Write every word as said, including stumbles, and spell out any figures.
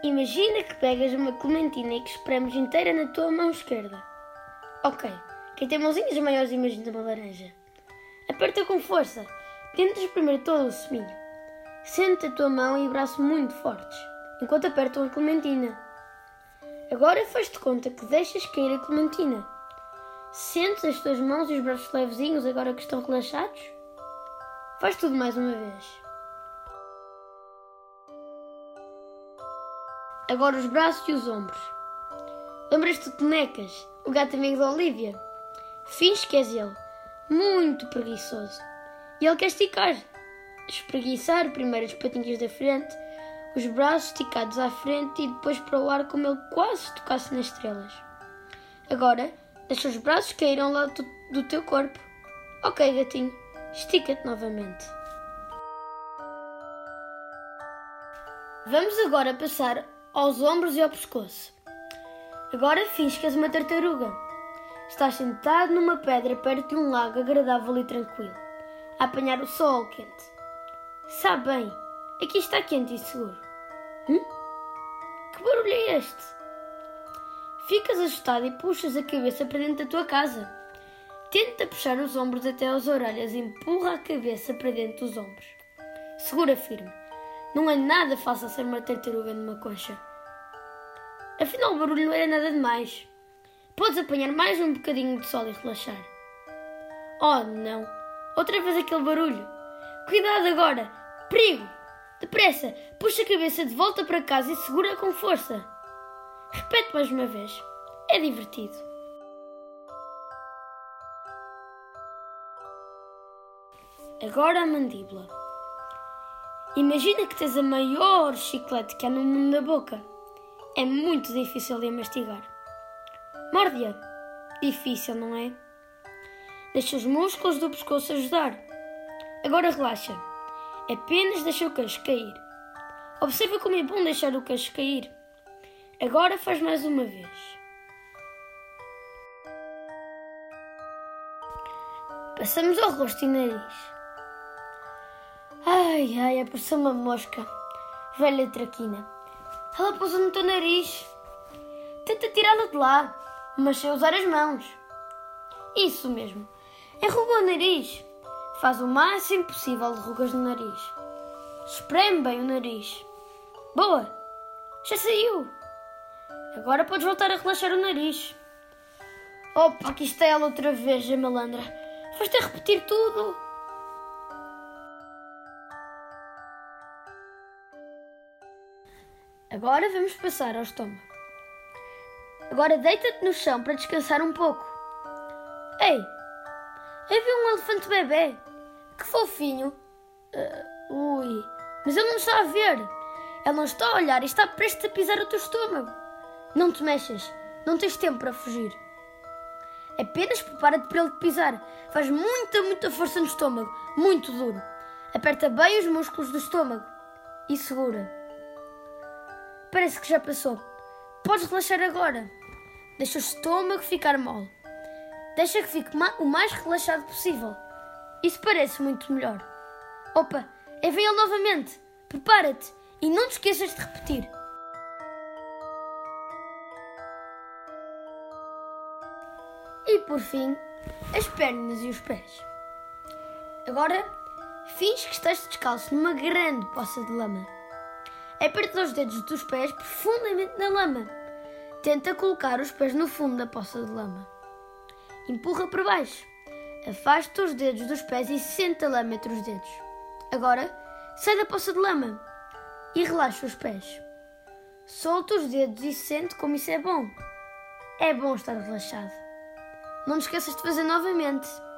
Imagina que pegas uma clementina e que espremes inteira na tua mão esquerda. Ok, quem tem mãozinhas maiores imagina uma laranja. Aperta com força, tenta espremer todo o seminho. Sente a tua mão e o braço muito fortes, enquanto apertam a clementina. Agora faz-te conta que deixas cair a clementina. Sentes as tuas mãos e os braços levezinhos agora que estão relaxados? Faz tudo mais uma vez. Agora os braços e os ombros. Lembras-te de Bonecas, o gato amigo da Olivia? Finge que és ele, muito preguiçoso. E ele quer esticar. Espreguiçar primeiro as patinhas da frente, os braços esticados à frente e depois para o ar como ele quase tocasse nas estrelas. Agora, deixa os braços cair ao lado do, do teu corpo. Ok, gatinho, estica-te novamente. Vamos agora passar aos ombros e ao pescoço. Agora finge que és uma tartaruga. Estás sentado numa pedra perto de um lago agradável e tranquilo, a apanhar o sol quente. Sabe bem, aqui está quente e seguro. Hum? Que barulho é este? Ficas assustado e puxas a cabeça para dentro da tua casa. Tenta puxar os ombros até às orelhas e empurra a cabeça para dentro dos ombros. Segura firme. Não é nada fácil ser uma tartaruga numa concha. Afinal, o barulho não era nada demais. Podes apanhar mais um bocadinho de sol e relaxar. Oh, não! Outra vez aquele barulho. Cuidado agora! Perigo! Depressa! Puxa a cabeça de volta para casa e segura com força. Repete mais uma vez. É divertido. Agora a mandíbula. Imagina que tens a maior chiclete que há no mundo na boca. É muito difícil de mastigar. Morde-a. Difícil, não é? Deixa os músculos do pescoço ajudar. Agora relaxa. Apenas deixa o queixo cair. Observa como é bom deixar o queixo cair. Agora faz mais uma vez. Passamos ao rosto e nariz. Ai, ai, apareceu uma mosca. Velha traquina. Ela pousou no teu nariz. Tenta tirá-la de lá, mas sem usar as mãos. Isso mesmo. Enruga o nariz. Faz o máximo possível de rugas no nariz. Espreme bem o nariz. Boa! Já saiu. Agora podes voltar a relaxar o nariz. Opa, aqui está ela outra vez, a malandra. Foste a repetir tudo. Agora vamos passar ao estômago. Agora deita-te no chão para descansar um pouco. Ei, eu vi um elefante bebê. Que fofinho. Uh, ui, mas ele não está a ver. Ele não está a olhar e está prestes a pisar o teu estômago. Não te mexas, não tens tempo para fugir. Apenas prepara-te para ele te pisar. Faz muita, muita força no estômago, muito duro. Aperta bem os músculos do estômago e segura. Parece que já passou. Podes relaxar agora. Deixa o estômago ficar mole. Deixa que fique o mais relaxado possível. Isso parece muito melhor. Opa, aí vem ele novamente. Prepara-te e não te esqueças de repetir. E por fim, as pernas e os pés. Agora, finge que estás descalço numa grande poça de lama. Aperta os dedos dos pés profundamente na lama. Tenta colocar os pés no fundo da poça de lama. Empurra para baixo. Afasta os dedos dos pés e sente a lama entre os dedos. Agora, sai da poça de lama e relaxa os pés. Solta os dedos e sente como isso é bom. É bom estar relaxado. Não te esqueças de fazer novamente.